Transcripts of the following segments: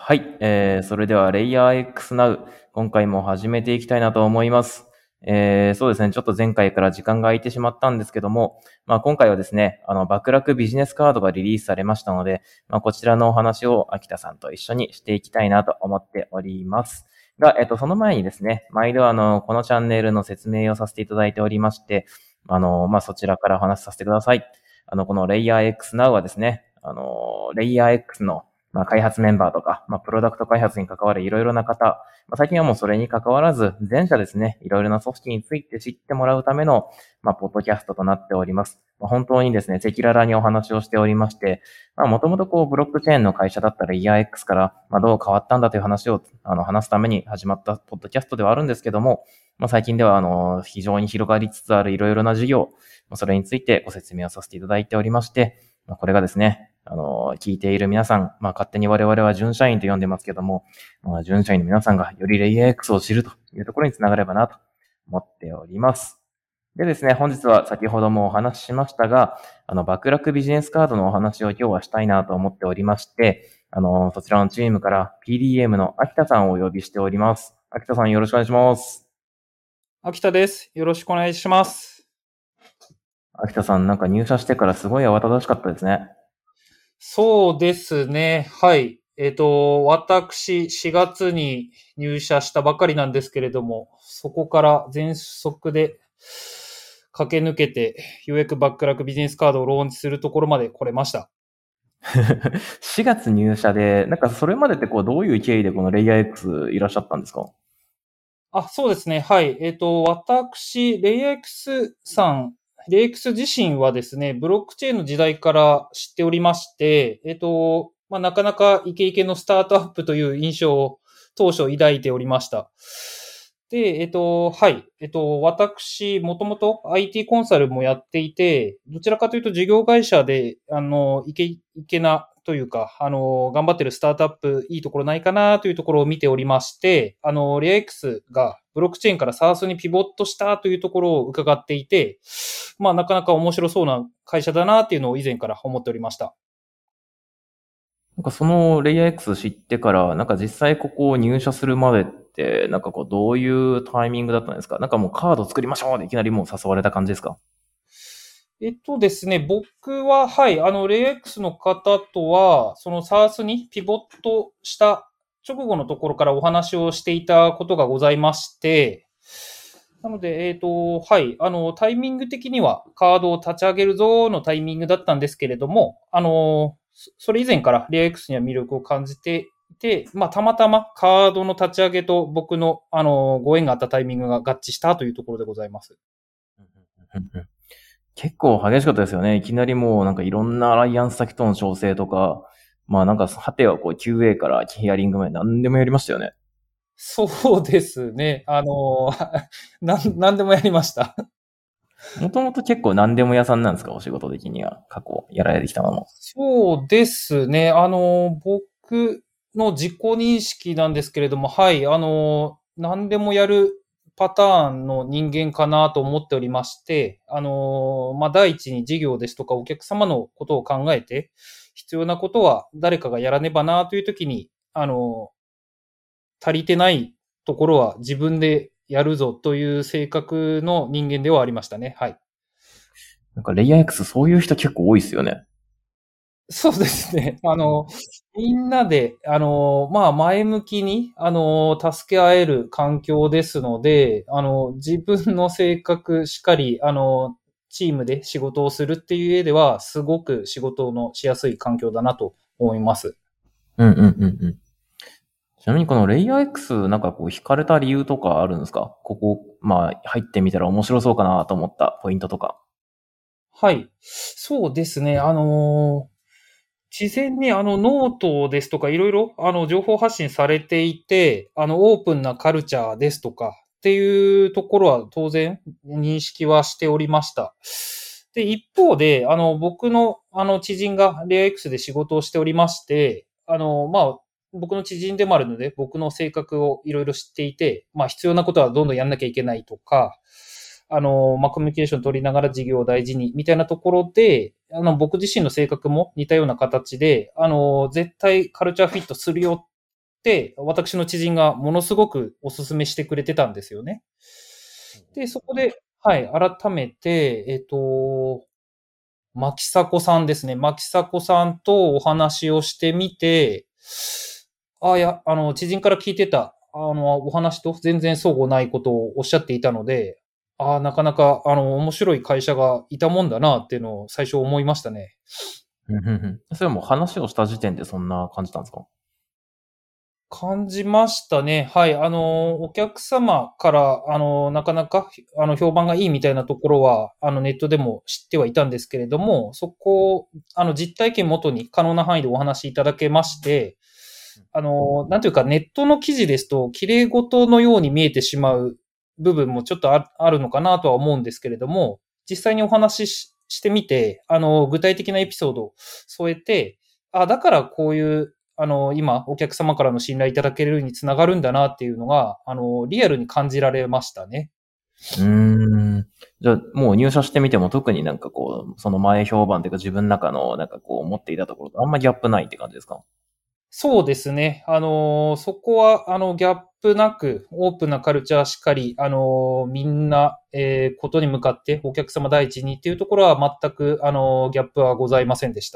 はい、それでは LayerX Now、今回も始めていきたいなと思います。そうですね、ちょっと前回から時間が空いてしまったんですけども、今回はですね、爆落ビジネスカードがリリースされましたので、こちらのお話を秋田さんと一緒にしていきたいなと思っております。が、その前にですね、毎度このチャンネルの説明をさせていただいておりまして、そちらからお話しさせてください。この LayerX Now はですね、LayerX の開発メンバーとか、プロダクト開発に関わるいろいろな方、最近はもうそれに関わらず、全社ですね、いろいろな組織について知ってもらうための、ポッドキャストとなっております。本当にですね、赤裸々にお話をしておりまして、もともとブロックチェーンの会社だったら ERX から、どう変わったんだという話を、話すために始まったポッドキャストではあるんですけども、最近では、非常に広がりつつあるいろいろな事業、それについてご説明をさせていただいておりまして、これがですね、聞いている皆さん、勝手に我々は準社員と呼んでますけども、準社員の皆さんがよりレイヤー X を知るというところにつながればなと思っております。でですね、本日は先ほどもお話ししましたが、爆落ビジネスカードのお話を今日はしたいなと思っておりまして、そちらのチームから PDM の秋田さんをお呼びしております。秋田さんよろしくお願いします。 秋田です。よろしくお願いします。 秋田さんなんか入社してからすごい慌ただしかったですね。 そうですね。はい。私、4月に入社したばかりなんですけれども、そこから全速で駆け抜けて、ようやくバックラックビジネスカードをローンチするところまで来れました。 4月入社で、なんかそれまでってどういう経緯でこのレイヤー X いらっしゃったんですか？ そうですね。はい。私、レイヤー X さん、レイヤー X 自身はですね、ブロックチェーンの時代から知っておりまして、なかなかイケイケのスタートアップという印象を当初抱いておりました。で、はい。私、もともと IT コンサルもやっていて、どちらかというと事業会社で、イケイケなというか、頑張ってるスタートアップ、いいところないかなというところを見ておりまして、レア X がブロックチェーンから SaaS にピボットしたというところを伺っていて、なかなか面白そうな会社だなっていうのを以前から思っておりました。 なんかそのレイヤー X 知ってから、なんか実際ここ入社するまでって、なんかどういうタイミングだったんですか？なんかもうカード作りましょうでいきなりもう誘われた感じですか？ ですね、僕は、はい、レイ X の方とは、その SaaS にピボットした直後のところからお話をしていたことがございまして、なので、はい、タイミング的にはカードを立ち上げるぞのタイミングだったんですけれども、それ以前からレイ X には魅力を感じていて、たまたまカードの立ち上げと僕の、ご縁があったタイミングが合致したというところでございます。 結構激しかったですよね。いきなりもうなんかいろんなアライアンス先との調整とか、なんか果てはQA からヒアリングまで何でもやりましたよね。 そうですね。なんでもやりました。 もともと結構何でも屋さんなんですか？お仕事的には過去やられてきたもの。 そうですね。僕の自己認識なんですけれども、はい、何でもやるパターンの人間かなと思っておりまして、第一に事業ですとかお客様のことを考えて、必要なことは誰かがやらねばなというときに、足りてないところは自分でやるぞという性格の人間ではありましたね。はい。 なんかレイヤー X そういう人結構多いですよね。 そうですね。みんなで、前向きに、助け合える環境ですので、自分の性格しかり、チームで仕事をするっていう上では、すごく仕事のしやすい環境だなと思います。 うんうんうんうん。ちなみにこのレイヤー X なんか惹かれた理由とかあるんですか？ここ、入ってみたら面白そうかなと思ったポイントとか。 はい。そうですね。事前にノートですとかいろいろ情報発信されていて、オープンなカルチャーですとかっていうところは当然認識はしておりました。で、一方で、僕の知人がレア X で仕事をしておりまして、僕の知人でもあるので、僕の性格をいろいろ知っていて、必要なことはどんどんやんなきゃいけないとか、コミュニケーション取りながら事業を大事に、みたいなところで、僕自身の性格も似たような形で、絶対カルチャーフィットするよて、私の知人がものすごくお勧めしてくれてたんですよね。で、そこで、はい、改めて、牧迫さんですね。牧迫さんとお話をしてみて、知人から聞いてた、お話と全然相互ないことをおっしゃっていたので、なかなか、面白い会社がいたもんだなっていうのを最初思いましたね。 それはもう話をした時点でそんな感じたんですか？ 感じましたね。はい。お客様から、なかなか、評判がいいみたいなところは、ネットでも知ってはいたんですけれども、そこを、実体験元に可能な範囲でお話しいただけまして、なんというか、ネットの記事ですと、綺麗事のように見えてしまう部分もちょっとあるのかなとは思うんですけれども、実際にお話ししてみて、具体的なエピソードを添えて、だからこういう、今、お客様からの信頼いただけるにつながるんだなっていうのが、リアルに感じられましたね。 じゃあ、もう入社してみても特になんかこう、その前評判というか自分の中のなんかこう持っていたところとあんまギャップないって感じですか？ そうですね。そこは、ギャップなく、オープンなカルチャーしかり、みんな、ことに向かってお客様第一にっていうところは全く、ギャップはございませんでした。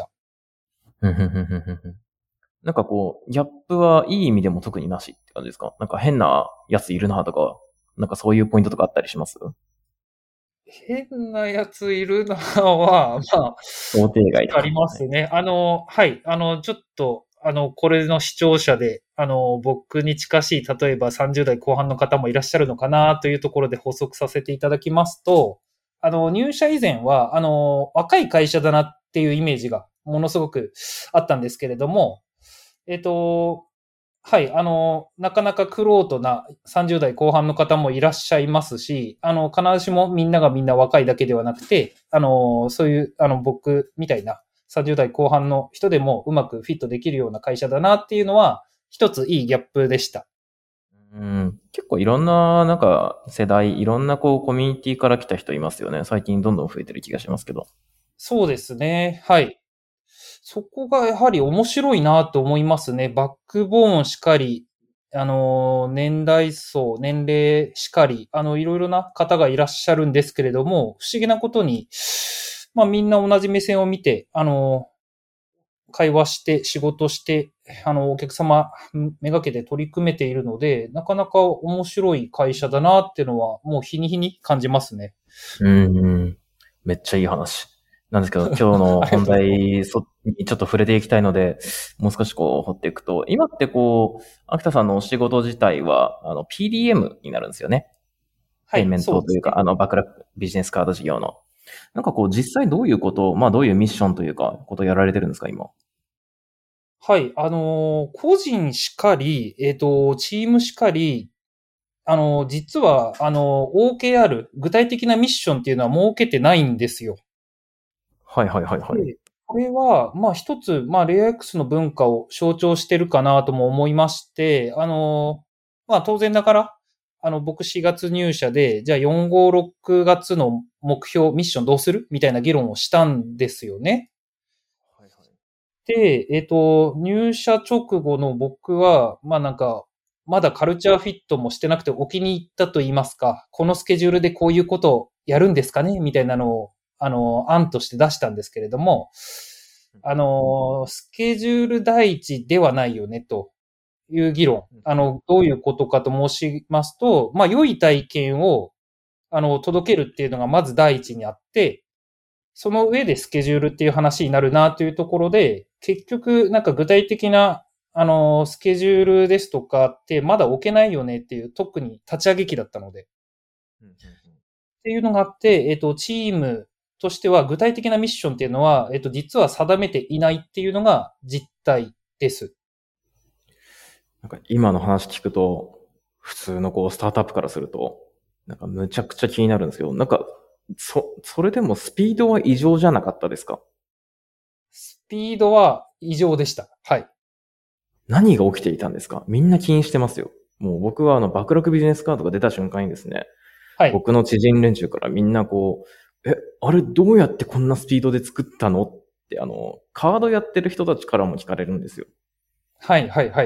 なんかこう、ギャップはいい意味でも特になしって感じですか？なんか変なやついるなとか、なんかそういうポイントとかあったりします？ 変なやついるのは、 想定外とありか。はい。 ますね。はい。ちょっと、これの視聴者で、僕に近しい、例えば30代後半の方もいらっしゃるのかなというところで補足させていただきますと、入社以前は、若い会社だなっていうイメージがものすごくあったんですけれども、えっと、はい、なかなか玄人な30代後半の方もいらっしゃいますし、必ずしもみんながみんな若いだけではなくて、そういう、僕みたいな30代後半の人でもうまくフィットできるような会社だなっていうのは、一ついいギャップでした。 結構いろんな、なんか世代、いろんなこうコミュニティから来た人いますよね。最近どんどん増えてる気がしますけど。 そうですね。はい。そこがやはり面白いなと思いますね。バックボーンしかり、年代層、年齢しかり、いろいろな方がいらっしゃるんですけれども、不思議なことに、みんな同じ目線を見て、会話して、仕事して、お客様めがけて取り組めているので、なかなか面白い会社だなっていうのは、もう日に日に感じますね。 うんうん。めっちゃいい話。なんですけど、今日の本ありがとうございます。 題にちょっと触れていきたいので、もう少しこう掘っていくと、今ってこう、秋田さんのお仕事自体は、PDM になるんですよね。 はい、 ペイメンそうですね。 トというか、バックラックビジネスカード事業の。なんかこう、実際どういうことを、どういうミッションというか、ことをやられてるんですか、今。 はい、個人しかり、チームしかり、実は、OKR、具体的なミッションっていうのは設けてないんですよ。 はいはいはいはい。 で、これは、一つ、レイア X の文化を象徴してるかなとも思いまして、当然ながら、僕4月入社で、じゃあ4、5、6月の目標、ミッションどうするみたいな議論をしたんですよね。 はいはい。 で、入社直後の僕は、まだカルチャーフィットもしてなくてお気に入ったと言いますか、このスケジュールでこういうことをやるんですかねみたいなのを、案として出したんですけれども、スケジュール第一ではないよね、という議論。どういうことかと申しますと、良い体験を、届けるっていうのがまず第一にあって、その上でスケジュールっていう話になるなというところで、結局なんか具体的な、スケジュールですとかってまだ置けないよねっていう、特に立ち上げ期だったので。っていうのがあって、チームとしては具体的なミッションっていうのは、実は定めていないっていうのが実態です。 なんか今の話聞くと、普通のこう、スタートアップからすると、なんかむちゃくちゃ気になるんですけど、なんか、それでもスピードは異常じゃなかったですか？ スピードは異常でした。はい。 何が起きていたんですか？みんな気にしてますよ。もう僕は爆落ビジネスカードが出た瞬間にですね、 はい。 僕の知人連中からみんなこう、あれどうやってこんなスピードで作ったのってカードやってる人たちからも聞かれるんですよ。 はい、はい、はい、はい。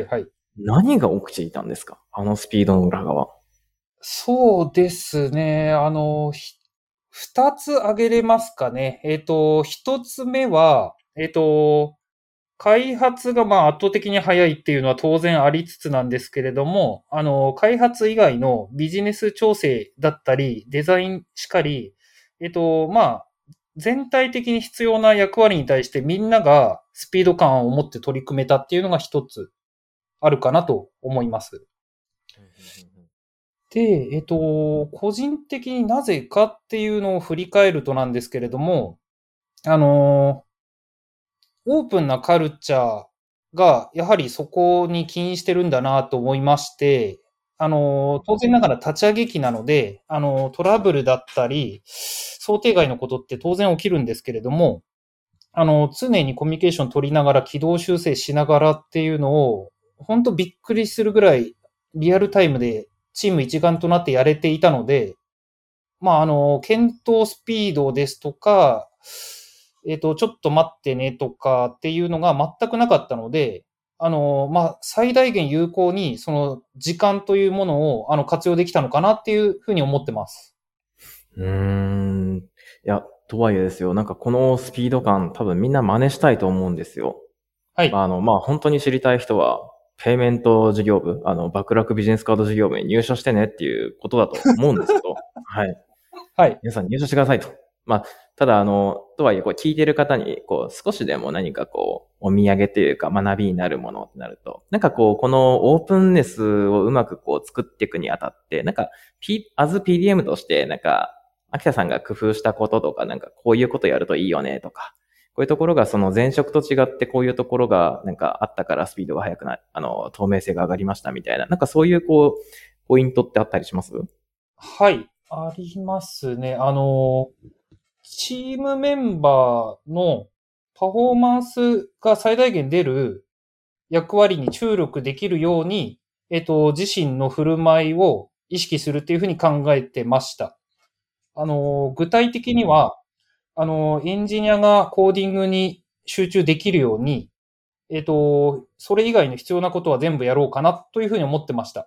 何が起きていたんですか？あのスピードの裏側。 そうですね。二つ挙げれますかね。一つ目は、開発が圧倒的に早いっていうのは当然ありつつなんですけれども、開発以外のビジネス調整だったり、デザインしかり、全体的に必要な役割に対してみんながスピード感を持って取り組めたっていうのが一つあるかなと思います。で、個人的になぜかっていうのを振り返るとなんですけれども、あの、オープンなカルチャーが、やはりそこに起因してるんだなと思いまして、当然ながら立ち上げ期なので、トラブルだったり、想定外のことって当然起きるんですけれども、常にコミュニケーション取りながら軌道修正しながらっていうのを、本当びっくりするぐらいリアルタイムでチーム一丸となってやれていたので、検討スピードですとか、ちょっと待ってねとかっていうのが全くなかったので、最大限有効に、その時間というものを、活用できたのかなっていうふうに思ってます。 いや、とはいえですよ。なんかこのスピード感多分みんな真似したいと思うんですよ。 はい。 本当に知りたい人は、ペイメント事業部、バックラックビジネスカード事業部に入社してねっていうことだと思うんですけど、はい。 はい。 皆さん入社してくださいと。ただ、とはいえ、こう、聞いてる方に、こう、少しでも何かこう、お土産というか学びになるものってなると、なんかこう、このオープンネスをうまくこう、作っていくにあたって、なんか、as PDM として、なんか、秋田さんが工夫したこととか、なんか、こういうことやるといいよね、とか、こういうところがその前職と違ってこういうところがなんかあったからスピードが速くな、透明性が上がりましたみたいな、なんかそういうこう、ポイントってあったりします？ はい。ありますね。チームメンバーのパフォーマンスが最大限出る役割に注力できるように、自身の振る舞いを意識するっていうふうに考えてました。具体的には、エンジニアがコーディングに集中できるように、それ以外の必要なことは全部やろうかなというふうに思ってました。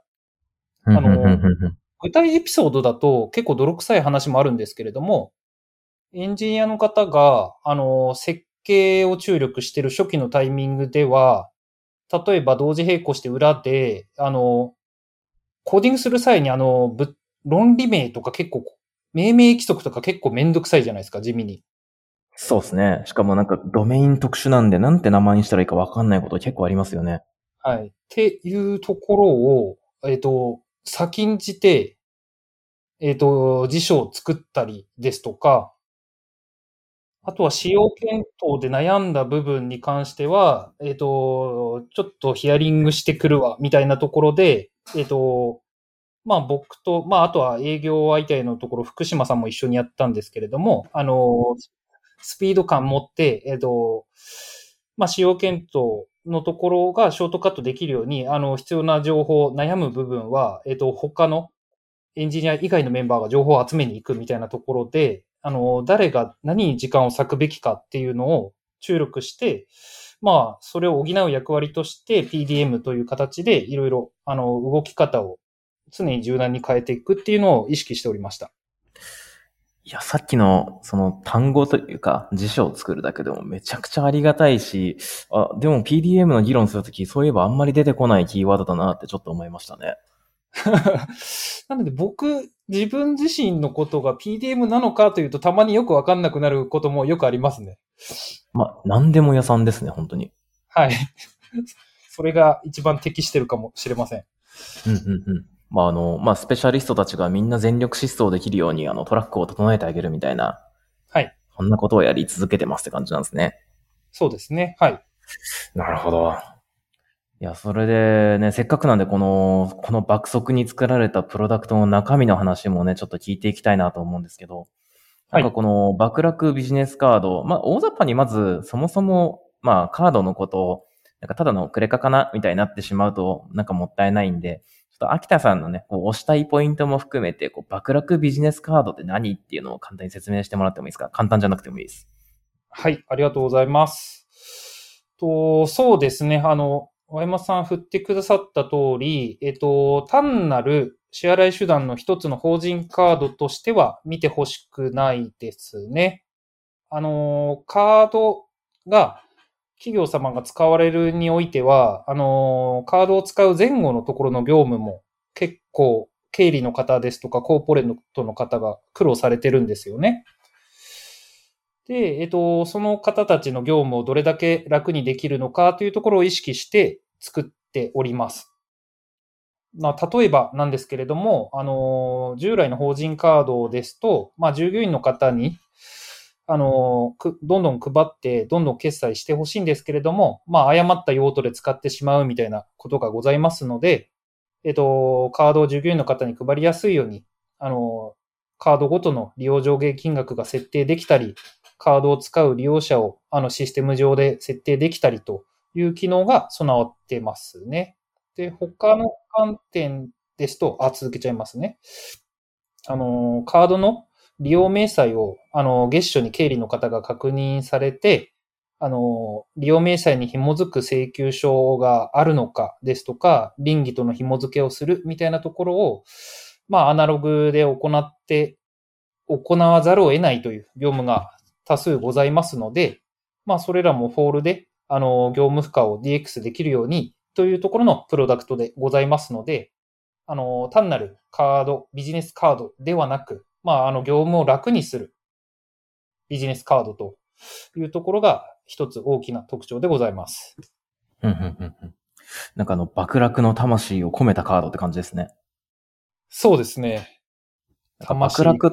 具体エピソードだと結構泥臭い話もあるんですけれども、エンジニアの方が、設計を注力している初期のタイミングでは、例えば同時並行して裏で、コーディングする際に論理名とか結構、命名規則とか結構めんどくさいじゃないですか、地味に。 そうですね。しかもなんかドメイン特殊なんで、なんて名前にしたらいいかわかんないこと結構ありますよね。 はい。っていうところを、先んじて、辞書を作ったりですとか、あとは使用検討で悩んだ部分に関しては、ちょっとヒアリングしてくるわ、みたいなところで、僕と、あとは営業相手のところ、福島さんも一緒にやったんですけれども、スピード感持って、使用検討のところがショートカットできるように、必要な情報、悩む部分は、他のエンジニア以外のメンバーが情報を集めに行くみたいなところで、誰が何に時間を割くべきかっていうのを注力して、それを補う役割として PDM という形でいろいろ、動き方を常に柔軟に変えていくっていうのを意識しておりました。 いや、さっきのその単語というか辞書を作るだけでもめちゃくちゃありがたいし、でも PDM の議論するとき、そういえばあんまり出てこないキーワードだなってちょっと思いましたね。 なので自分自身のことが PDM なのかというとたまによくわかんなくなることもよくありますね。 何でも屋さんですね、本当に。 はい。それが一番適してるかもしれません。 うんうんうん。スペシャリストたちがみんな全力疾走できるように、トラックを整えてあげるみたいな、 はい。 そんなことをやり続けてますって感じなんですね。 そうですね。はい。 なるほど。いや、それでね、せっかくなんで、この爆速に作られたプロダクトの中身の話もね、ちょっと聞いていきたいなと思うんですけど、なんかはい。 この爆落ビジネスカード、大雑把にまず、そもそも、カードのことを、なんかただのクレカかなみたいになってしまうと、なんかもったいないんで、ちょっと秋田さんのね、こう押したいポイントも含めて、こう爆落ビジネスカードって何っていうのを簡単に説明してもらってもいいですか？簡単じゃなくてもいいです。 はい。ありがとうございます。そうですね。 小山さん振ってくださった通り、単なる支払い手段の一つの法人カードとしては見てほしくないですね。カードが企業様が使われるにおいては、カードを使う前後のところの業務も結構経理の方ですとかコーポレートの方が苦労されてるんですよね。で、その方たちの業務をどれだけ楽にできるのかというところを意識して作っております。例えばなんですけれども、従来の法人カードですと、従業員の方に、どんどん配って、どんどん決済してほしいんですけれども、誤った用途で使ってしまうみたいなことがございますので、カードを従業員の方に配りやすいように、カードごとの利用上限金額が設定できたり、カードを使う利用者をシステム上で設定できたりという機能が備わってますね。で、他の観点ですと、続けちゃいますね。カードの利用明細を、月初に経理の方が確認されて、利用明細に紐づく請求書があるのかですとか、倫理との紐付けをするみたいなところを、アナログで行わざるを得ないという業務が多数ございますので、それらもフォールで、業務負荷を DX できるようにというところのプロダクトでございますので、単なるカード、ビジネスカードではなく、業務を楽にするビジネスカードというところが一つ大きな特徴でございます。 うんうんうんうん。なんか爆落の魂を込めたカードって感じですね。 そうですね。 爆落って、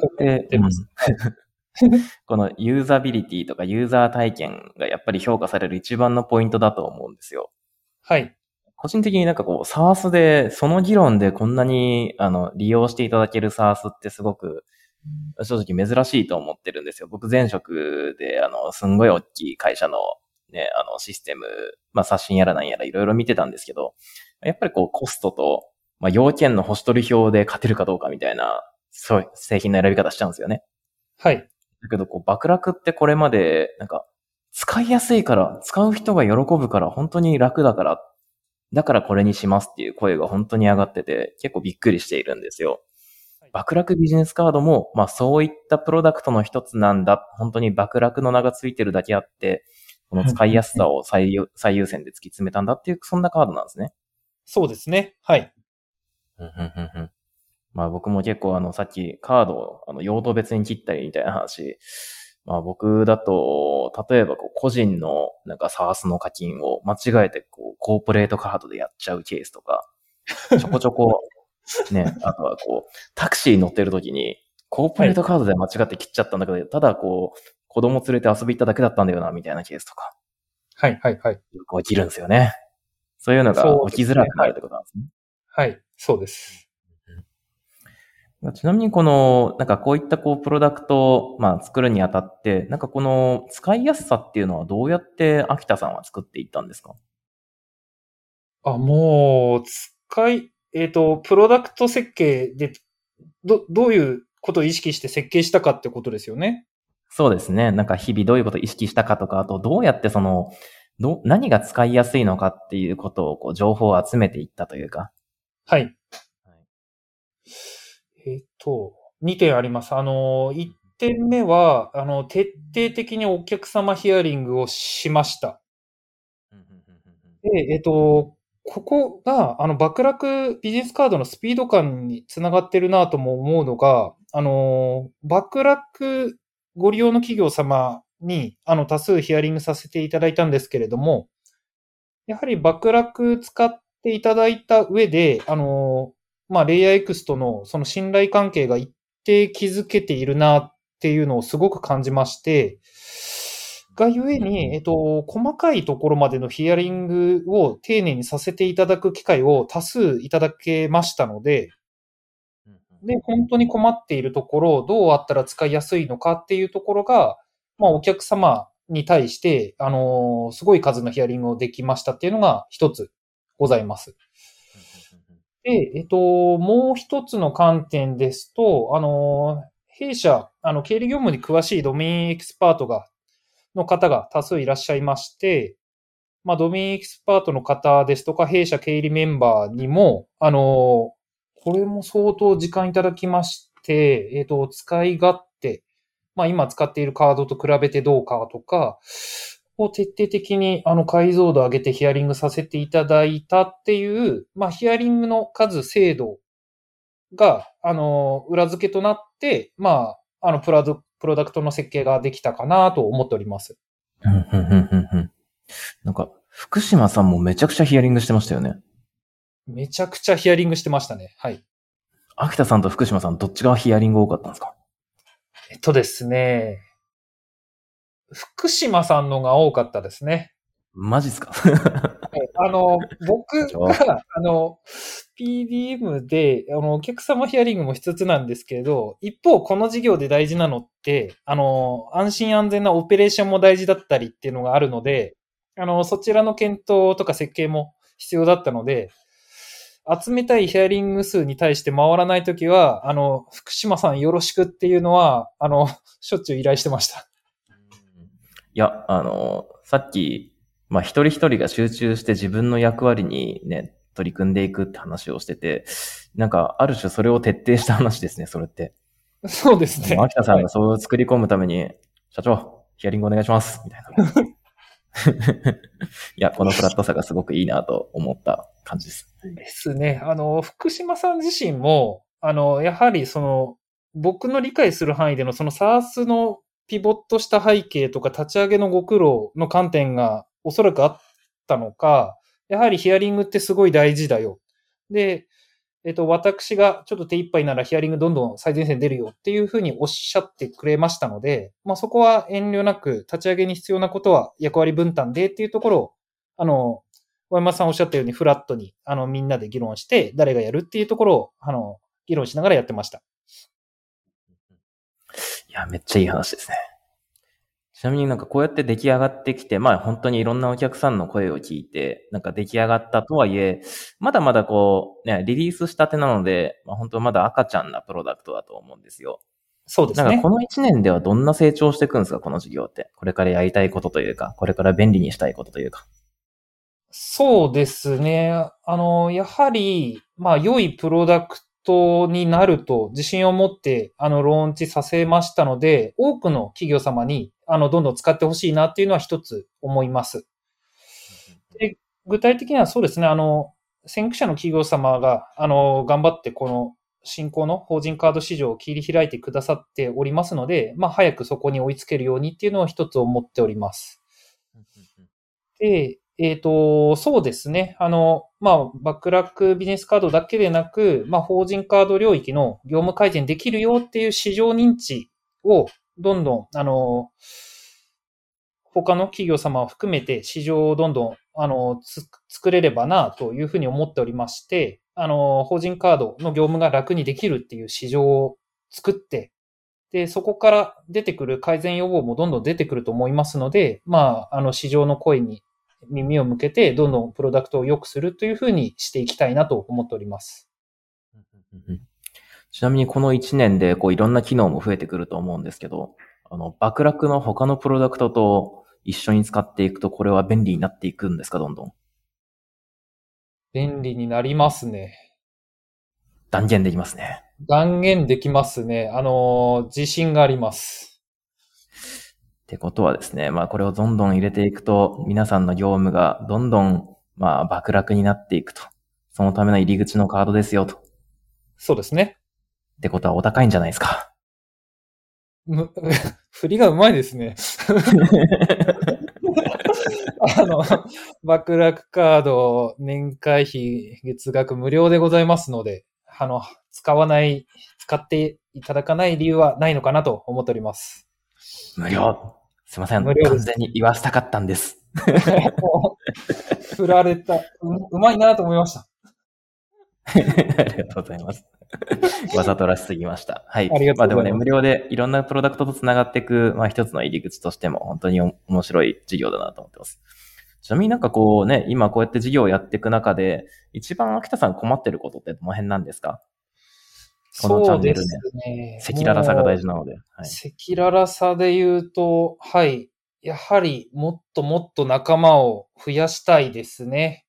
魂を込めてます。 このユーザビリティとかユーザー体験がやっぱり評価される一番のポイントだと思うんですよ。 はい。 個人的にSaaS で、その議論でこんなに、利用していただける SaaS ってすごく、正直珍しいと思ってるんですよ。僕前職で、すんごい大きい会社のね、システム、刷新やらなんやらいろいろ見てたんですけど、やっぱりコストと、要件の星取り表で勝てるかどうかみたいな、そういう製品の選び方しちゃうんですよね。 はい。 だけど、爆落ってこれまで、使いやすいから、使う人が喜ぶから、本当に楽だから、だからこれにしますっていう声が本当に上がってて、結構びっくりしているんですよ。爆落ビジネスカードも、そういったプロダクトの一つなんだ。本当に爆落の名がついてるだけあって、この使いやすさを最優先で突き詰めたんだっていう、そんなカードなんですね。 そうですね。はい。 僕も結構さっきカードを用途別に切ったりみたいな話、僕だと、例えば個人のSaaS の課金を間違えてコーポレートカードでやっちゃうケースとか、ちょこちょこね、あとはタクシー乗ってる時に、コーポレートカードで間違って切っちゃったんだけど、ただ子供連れて遊び行っただけだったんだよな、みたいなケースとか。 はい、はい、はい。 よく起きるんですよね。そういうのが起きづらくなるってことなんですね。 はい、そうです。 ちなみにこういったプロダクトを、作るにあたって、この使いやすさっていうのはどうやって秋田さんは作っていったんですか？ もう、プロダクト設計で、どういうことを意識して設計したかってことですよね。 そうですね。日々どういうことを意識したかとか、あとどうやって何が使いやすいのかっていうことを情報を集めていったというか。 はい。2点あります。1点目は、徹底的にお客様ヒアリングをしました。で、ここが、爆落ビジネスカードのスピード感につながってるなとも思うのが、爆落ご利用の企業様に、多数ヒアリングさせていただいたんですけれども、やはり爆落使っていただいた上で、レイヤー X とのその信頼関係が一定築けているなっていうのをすごく感じまして、がゆえに、細かいところまでのヒアリングを丁寧にさせていただく機会を多数いただけましたので、で、本当に困っているところをどうあったら使いやすいのかっていうところが、お客様に対して、すごい数のヒアリングをできましたっていうのが一つございます。で、もう一つの観点ですと、弊社、経理業務に詳しいドメインエキスパートの方が多数いらっしゃいまして、 ドメインエキスパートの方ですとか、弊社経理メンバーにも、これも相当時間いただきまして、使い勝手、今使っているカードと比べてどうかとか、を徹底的に解像度を上げてヒアリングさせていただいたっていう、ヒアリングの数、精度が、裏付けとなって、プロダクトの設計ができたかなと思っております。 なんか、福島さんもめちゃくちゃヒアリングしてましたよね。 めちゃくちゃヒアリングしてましたね。はい。 秋田さんと福島さん、どっちがヒアリング多かったんですか？ ですね、福島さんのが多かったですね。 マジっすか？ 僕が、PDM で、お客様ヒアリングも一つなんですけれど、一方、この事業で大事なのって、安心安全なオペレーションも大事だったりっていうのがあるので、そちらの検討とか設計も必要だったので、集めたいヒアリング数に対して回らないときは、福島さんよろしくっていうのは、しょっちゅう依頼してました。 いや、さっき、一人一人が集中して自分の役割にね、取り組んでいくって話をしてて、なんか、ある種それを徹底した話ですね、それって。 そうですね。 秋田さんがそう作り込むために、社長、ヒアリングお願いします、みたいな。いや、このフラットさがすごくいいなと思った感じです。 ですね。福島さん自身も、やはり僕の理解する範囲でのSaaS のピボットした背景とか立ち上げのご苦労の観点がおそらくあったのか、やはりヒアリングってすごい大事だよ。で、私がちょっと手一杯ならヒアリングどんどん最前線出るよっていうふうにおっしゃってくれましたので、そこは遠慮なく立ち上げに必要なことは役割分担でっていうところを、小山さんおっしゃったようにフラットに、みんなで議論して、誰がやるっていうところを、議論しながらやってました。 いや、めっちゃいい話ですね。ちなみになんかこうやって出来上がってきて、本当にいろんなお客さんの声を聞いて、なんか出来上がったとはいえ、まだまだリリースしたてなので、本当まだ赤ちゃんなプロダクトだと思うんですよ。 そうですね。 なんかこの1年ではどんな成長していくんですか、この事業って。これからやりたいことというか、これから便利にしたいことというか。 そうですね。やはり、良いプロダクトになると自信を持って、ローンチさせましたので、多くの企業様に、どんどん使ってほしいなっていうのは一つ思います。で、具体的にはそうですね、先駆者の企業様が、頑張ってこの新興の法人カード市場を切り開いてくださっておりますので、早くそこに追いつけるようにっていうのを一つ思っております。で、そうですね。バックラックビジネスカードだけでなく、法人カード領域の業務改善できるよっていう市場認知をどんどん、他の企業様を含めて市場をどんどん、作れればなというふうに思っておりまして、法人カードの業務が楽にできるっていう市場を作って、で、そこから出てくる改善要望もどんどん出てくると思いますので、市場の声に耳を向けて、どんどんプロダクトを良くするというふうにしていきたいなと思っております。 ちなみにこの1年でいろんな機能も増えてくると思うんですけど、バクラクの他のプロダクトと一緒に使っていくとこれは便利になっていくんですか、どんどん。 便利になりますね。 断言できますね。 断言できますね。自信があります。 ってことはですね、これをどんどん入れていくと、皆さんの業務がどんどん、爆楽になっていくと。そのための入り口のカードですよと。 そうですね。 ってことはお高いんじゃないですか。 振りがうまいですね。バックラックカード年会費月額無料でございますので、使っていただかない理由はないのかなと思っております。 無料。すいません。 無料です。 完全に言わせたかったんです。 振られた。うまいなと思いました。 ありがとうございます。わざとらしすぎました。はい。 ありがとうございます。 でもね、無料でいろんなプロダクトと繋がっていく、一つの入り口としても本当に面白い事業だなと思ってます。ちなみになんか今こうやって事業をやっていく中で、一番秋田さん困ってることってどの辺なんですか？このチャンネルね。赤裸々さが大事なので。 赤裸々さで言うと、はい。 やはりもっともっと仲間を増やしたいですね。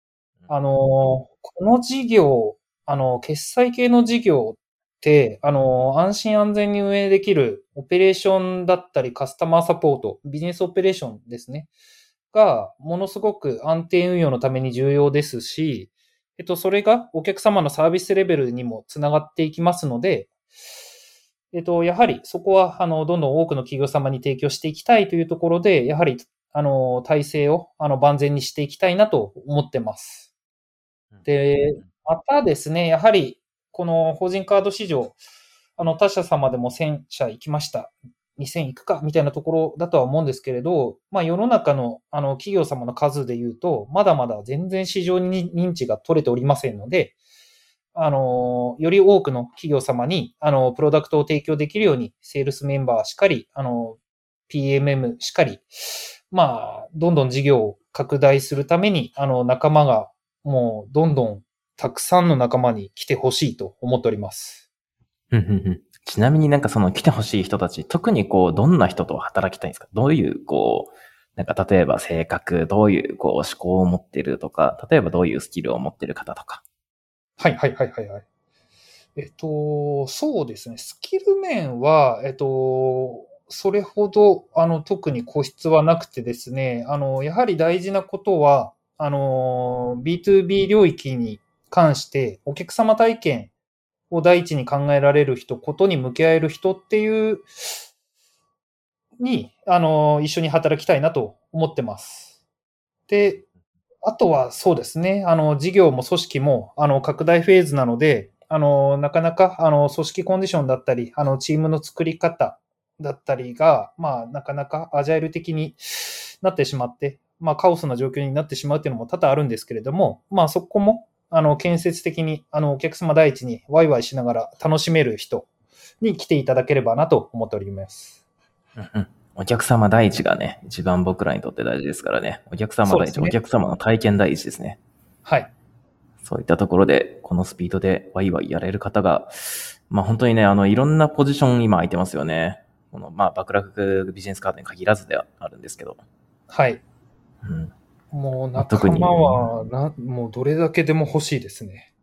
この事業、決済系の事業って、安心安全に運営できるオペレーションだったり、カスタマーサポート、ビジネスオペレーションですね。が、ものすごく安定運用のために重要ですし、それがお客様のサービスレベルにもつながっていきますので、やはりそこは、どんどん多くの企業様に提供していきたいというところで、やはり、体制を、万全にしていきたいなと思ってます。で、またですね、やはり、この法人カード市場、他社様でも1000社行きました。2000行くか、みたいなところだとは思うんですけれど、まあ世の中の、企業様の数で言うと、まだまだ全然市場に認知が取れておりませんので、より多くの企業様に、プロダクトを提供できるように、セールスメンバーしかり、PMM しかり、まあ、どんどん事業を拡大するために、仲間が、もう、どんどん、たくさんの仲間に来てほしいと思っております。 ちなみになんかその来てほしい人たち、特にこう、どんな人と働きたいんですか？どういうこう、なんか例えば性格、どういうこう思考を持ってるとか、例えばどういうスキルを持ってる方とか。 はいはいはいはいはい。そうですね。スキル面は、それほど、特に固執はなくてですね、やはり大事なことは、B2B 領域に関して、お客様体験を第一に考えられる人、ことに向き合える人っていう、一緒に働きたいなと思ってます。で、あとはそうですね、事業も組織も、拡大フェーズなので、なかなか、組織コンディションだったり、チームの作り方だったりが、まあ、なかなかアジャイル的になってしまって、まあ、カオスな状況になってしまうっていうのも多々あるんですけれども、まあ、そこも、建設的に、お客様第一にワイワイしながら楽しめる人に来ていただければなと思っております。 お客様第一がね、一番僕らにとって大事ですからね。お客様第一、 そうですね。 お客様の体験第一ですね。 はい。 そういったところで、このスピードでワイワイやれる方が、まあ本当にね、いろんなポジション今空いてますよね。この、まあ、バクラクビジネスカードに限らずではあるんですけど。 はい。 うん。 もうまあ、特に、 仲間はもうどれだけでも欲しいですね。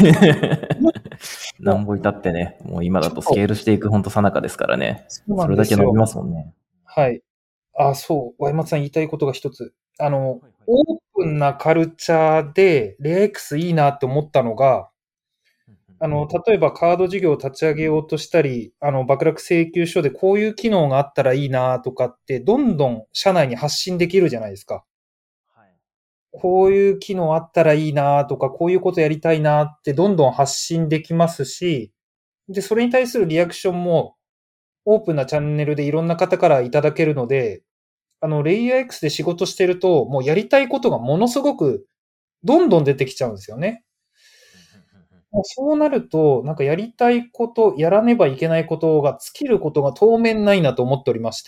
なんぼいたってね、もう今だとスちょっと、 ケールしていく本当最中ですからね。 そうなそんですよ。 れだけ伸びますもんね。 はい。そう、ワイマツさん言いたいことが一つ。 はいはい。 オープンなカルチャーで、レイ X いいなって思ったのが、例えばカード事業を立ち上げようとしたり、爆落請求書でこういう機能があったらいいなとかって、どんどん社内に発信できるじゃないですか。 はい。 こういう機能あったらいいなとか、こういうことやりたいなってどんどん発信できますし、で、それに対するリアクションもオープンなチャンネルでいろんな方からいただけるので、レイヤー X で仕事してると、もうやりたいことがものすごくどんどん出てきちゃうんですよね。もうそうなると、なんかやりたいこと、やらねばいけないことが尽きることが当面ないなと思っておりまして、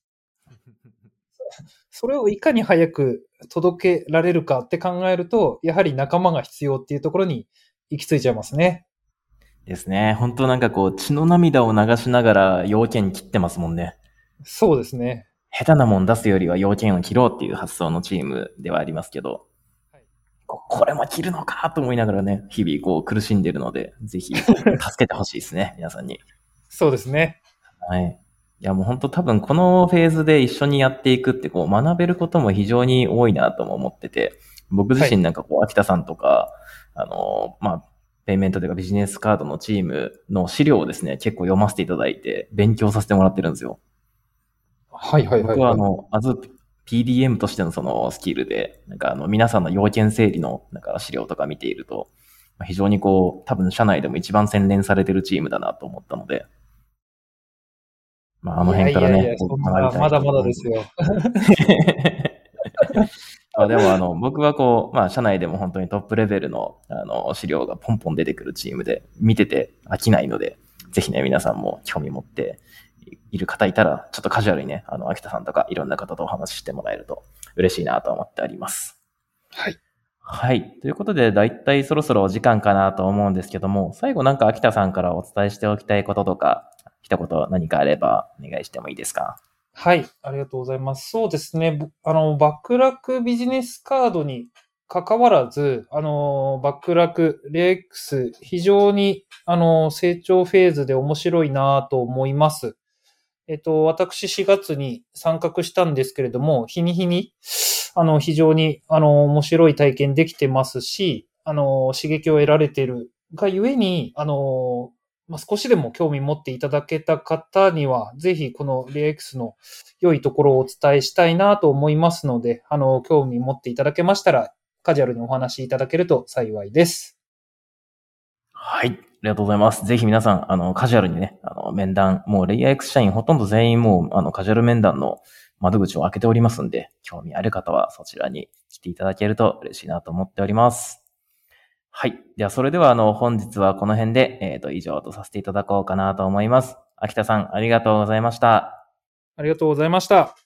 それをいかに早く届けられるかって考えると、やはり仲間が必要っていうところに行き着いちゃいますね。 ですね。本当なんかこう、血の涙を流しながら要件切ってますもんね。 そうですね。 下手なもん出すよりは要件を切ろうっていう発想のチームではありますけど、 はい。 これも切るのかと思いながらね、日々こう苦しんでるので、ぜひ助けてほしいですね、皆さんに。 そうですね。 はい。いやもう本当多分このフェーズで一緒にやっていくってこう学べることも非常に多いなとも思ってて、僕はい。 自身なんかこう秋田さんとか、まあ、ペイメントというかビジネスカードのチームの資料をですね、結構読ませていただいて勉強させてもらってるんですよ。 はいはいは僕いはい。 はPDM としてのそのスキルで、なんか皆さんの要件整理のなんか資料とか見ていると、非常にこう、多分社内でも一番洗練されてるチームだなと思ったので、まああのいや辺からね、 いやいや、そんな、 学びたいまだまだ人をどんどん。 ですよ。 まあでも僕はこう、まあ社内でも本当にトップレベルの資料がポンポン出てくるチームで、見てて飽きないので、ぜひね、皆さんも興味持っている方いたら、ちょっとカジュアルにね、秋田さんとかいろんな方とお話ししてもらえると嬉しいなと思っております。 はい。 はい。ということで、だいたいそろそろお時間かなと思うんですけども、最後なんか秋田さんからお伝えしておきたいこととか、一言何かあればお願いしてもいいですか？ はい、ありがとうございます。そうですね。バックラックビジネスカードに関わらず、バックラック、レイ X、非常に、成長フェーズで面白いなと思います。私4月に参画したんですけれども、日に日に、非常に、面白い体験できてますし、刺激を得られているがゆえに、少しでも興味持っていただけた方には、ぜひこの ReX の良いところをお伝えしたいなと思いますので、興味持っていただけましたら、カジュアルにお話しいただけると幸いです。 はい。ありがとうございます。ぜひ皆さん、カジュアルにね、面談、もうレイヤー X 社員ほとんど全員もう、カジュアル面談の窓口を開けておりますんで、興味ある方はそちらに来ていただけると嬉しいなと思っております。はい。では、それでは、本日はこの辺で、以上とさせていただこうかなと思います。秋田さん、ありがとうございました。 ありがとうございました。